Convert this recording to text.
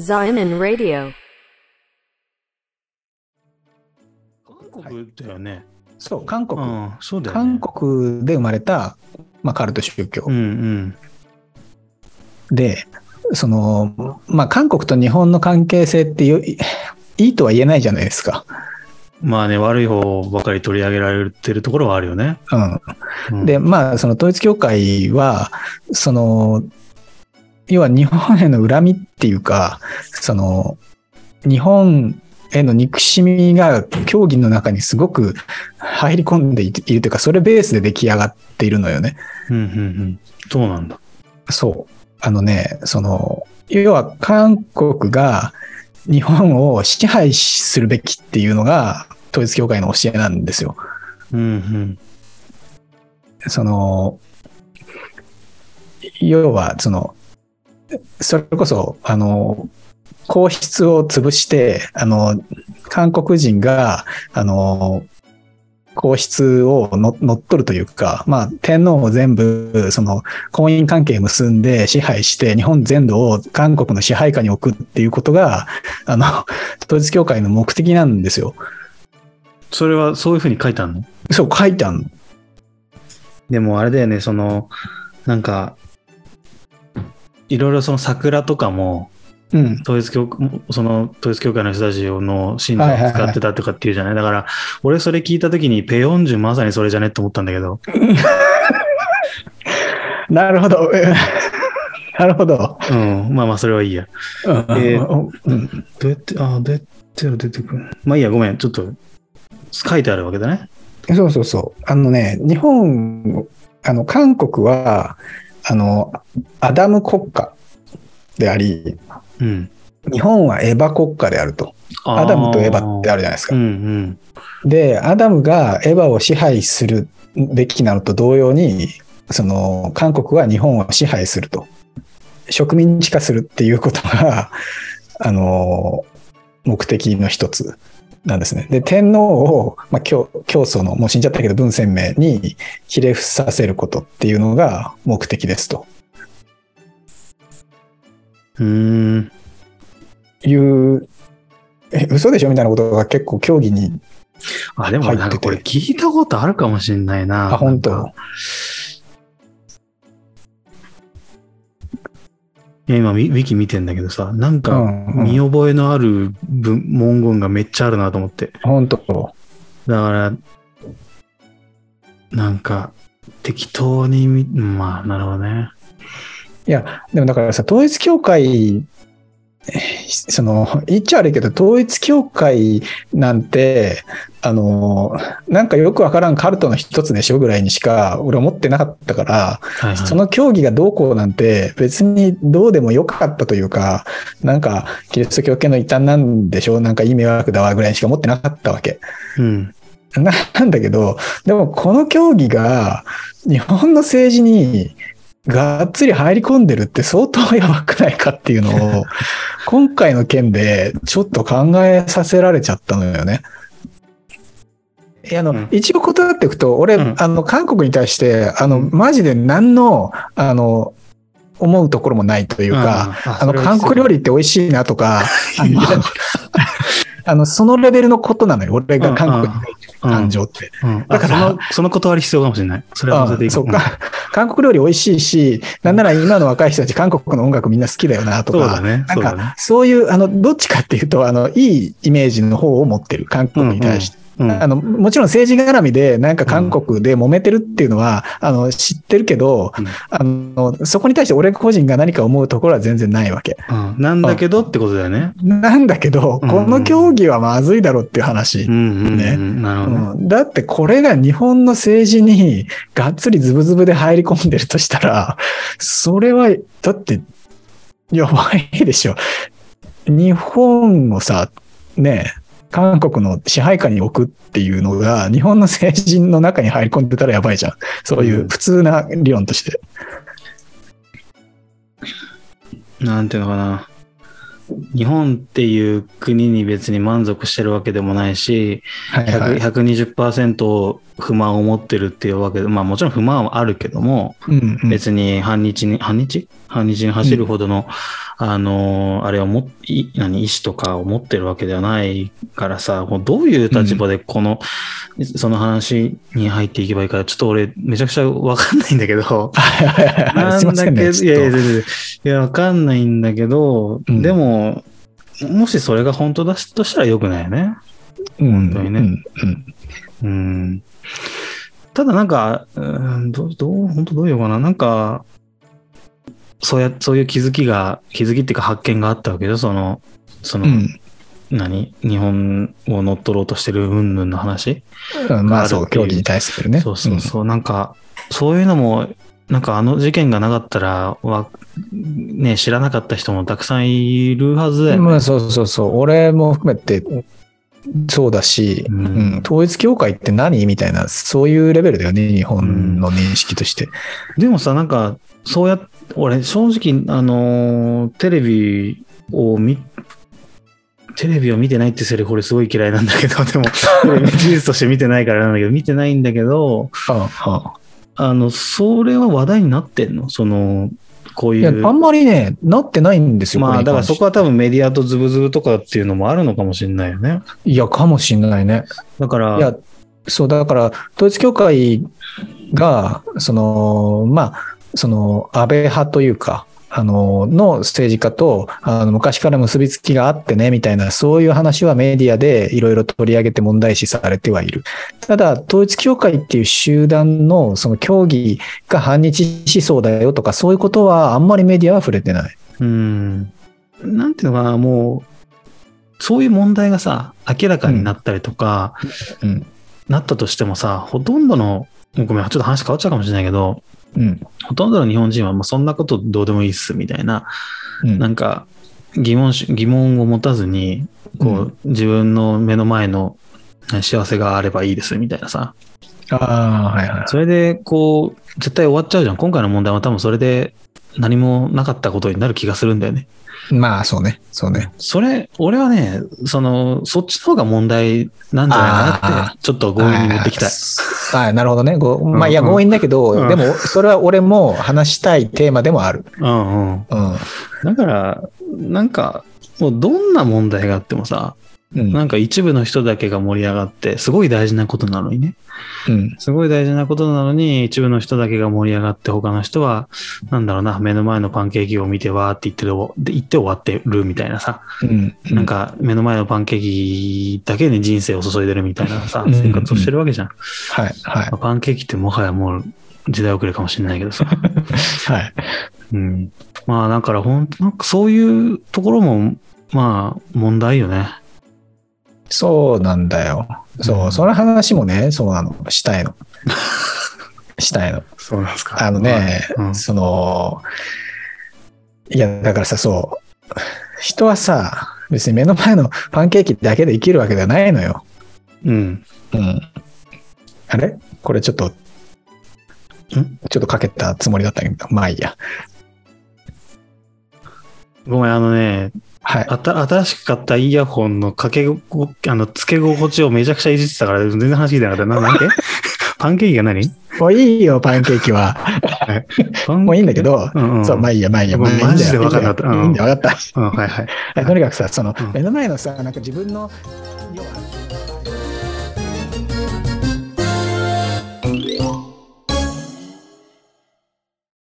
Zion Radio。 韓国だよね。 そう、韓国。 そうだよね。 韓国で生まれた、カルト宗教。で、韓国と日本の関係性っていいとは言えないじゃないですか。 まあね、悪い方ばかり取り上げられてるところはあるよね。 で、その統一教会は、要は日本への恨みっていうか、日本への憎しみが教義の中にすごく入り込んでいるというか、それベースで出来上がっているのよね。 そうなんだ。 そう。要は韓国が日本を支配するべきっていうのが統一教会の教えなんですよ。要はそれこそ皇室を潰して韓国人が皇室を乗っ取るというか、天皇を全部婚姻関係結んで支配して日本全土を韓国の支配下に置くっていうことが統一教会の目的なんですよ。 それはそういうふうに書いてあるの？ そう書いてあるの。 でもあれだよね、なんかいろいろ桜とかも統一教会の人たちの信者を使ってたとかっていうじゃない。だから俺それ聞いた時にペヨンジュまさにそれじゃねって思ったんだけど。 なるほど。なるほど。 まあそれはいいや。どうやって出てくる。まあいいや、ごめん、ちょっと書いてあるわけだね。 そう。日本、韓国はアダム国家であり、日本はエヴァ国家であると。アダムとエヴァってあるじゃないですか。で、アダムがエヴァを支配するべきなのと同様に、韓国は日本を支配すると。植民地化するっていうことが、目的の一つなんですね。で、天皇を、教祖の、もう死んじゃったけど、文鮮明にひれ伏させることっていうのが目的ですと。嘘でしょみたいなことが結構協議に入ってて。 でもなんかこれ聞いたことあるかもしれないな。 本当。 今ウィキ見てんだけどさ、なんか見覚えのある文言がめっちゃあるなと思って。 本当。 だからなんか適当になるほどね。 いやでもだからさ、統一教会言っちゃ悪いけど、統一教会なんてなんかよくわからんカルトの一つでしょぐらいにしか俺思ってなかったから、その教義がどうこうなんて別にどうでもよかったというか、なんかキリスト教系の異端なんでしょ、なんかいい迷惑だわぐらいにしか思ってなかったわけ。なんだけど、でもこの教義が日本の政治にがっつり入り込んでるって相当やばくないかっていうのを今回の件でちょっと考えさせられちゃったのよね。一応断っていくと、俺、韓国に対してマジで何の思うところもないというか、韓国料理って美味しいなとかそのレベルのことなのよ、俺が韓国に対して感情って。 だからその断り必要かもしれない。それはそうか。韓国料理美味しいし、なんなら今の若い人たち韓国の音楽みんな好きだよなとか、なんかそういうどっちかっていうといいイメージの方を持ってる、韓国に対して。もちろん政治絡みでなんか韓国で揉めてるっていうのは知ってるけど、そこに対して俺個人が何か思うところは全然ないわけ。 なんだけどってことだよね。 なんだけど、この競技はまずいだろっていう話。だってこれが日本の政治にがっつりズブズブで入り込んでるとしたら、それはだってやばいでしょ。日本をさ、韓国の支配下に置くっていうのが日本の政治の中に入り込んでたらやばいじゃん。そういう普通な理論として。 なんていうのかな。日本っていう国に別に満足してるわけでもないし、120% 不満を持ってるっていうわけで、まあもちろん不満はあるけども、別に反日に走るほどの、あれを意思とかを持ってるわけではないからさ、もうどういう立場でその話に入っていけばいいか、ちょっと俺めちゃくちゃわかんないんだけど、なんだけど、いや、わかんないんだけど、でも、もしそれが本当だとしたら良くないよね。本当にね。ただなんか、本当どういうかな。なんか、そういう気づきっていうか発見があったわけよ。日本を乗っ取ろうとしてる云々の話。 まあそう、競技に対するね。 そう、なんか、そういうのも、なんかあの事件がなかったら、ね、知らなかった人もたくさんいるはずだよね。 まあそう。俺も含めて、そうだし、統一教会って何みたいな、そういうレベルだよね、日本の認識として。 でもさ、なんか、俺、正直、テレビを見てないってセリフ俺すごい嫌いなんだけど、でも、事実として見てないからなんだけど、見てないんだけど、それは話題になってんの？こういう。 いや、あんまりね、なってないんですよ。 まあ、だからそこは多分メディアとズブズブとかっていうのもあるのかもしれないよね。 いや、かもしれないね。 だから。 いや、そう、だから、統一教会が、まあ、安倍派というか、の政治家と昔から結びつきがあってねみたいな、そういう話はメディアでいろいろ取り上げて問題視されてはいる。ただ統一教会っていう集団のその教義が反日思想だよとか、そういうことはあんまりメディアは触れてない。 なんていうのかな、もうそういう問題がさ明らかになったりとか、なったとしてもさ、ほとんどの、ごめんちょっと話変わっちゃうかもしれないけど、ほとんどの日本人はもうそんなことどうでもいいっすみたいな、なんか疑問を持たずに自分の目の前の幸せがあればいいですみたいなさ、それで絶対終わっちゃうじゃん。今回の問題は多分それで何もなかったことになる気がするんだよね。 まあそうね。 俺はね、そっちの方が問題なんじゃないかなってちょっと強引に持ってきたい。 なるほどね。まあいや強引だけど、でもそれは俺も話したいテーマでもある。 だからなんかもうどんな問題があってもさ、なんか一部の人だけが盛り上がってすごい大事なことなのにね、すごい大事なことなのに一部の人だけが盛り上がって他の人はなんだろうな、目の前のパンケーキを見てわーって言って終わってるみたいなさ、なんか目の前のパンケーキだけに人生を注いでるみたいなさ、生活をしてるわけじゃん。パンケーキってもはやもう時代遅れかもしれないけどさまあだからなんかそういうところもまあ問題よね。 そうなんだよ。その話もね、そうなの、したいの。 そうなんですか。 いや、だからさ、人はさ、別に目の前のパンケーキだけで生きるわけではないのよ。あれ？これちょっとかけたつもりだったけど、まあいいや。 ごめん、新しく買ったイヤホンの付け心地をめちゃくちゃいじってたから全然話聞いてなかった。なんでパンケーキが何？ もういいよ、パンケーキは。もういいんだけど、まあいいや。マジで分かんなかった。 いいんだよ、分かった。 とにかくさ、目の前のさ、なんか自分の、要は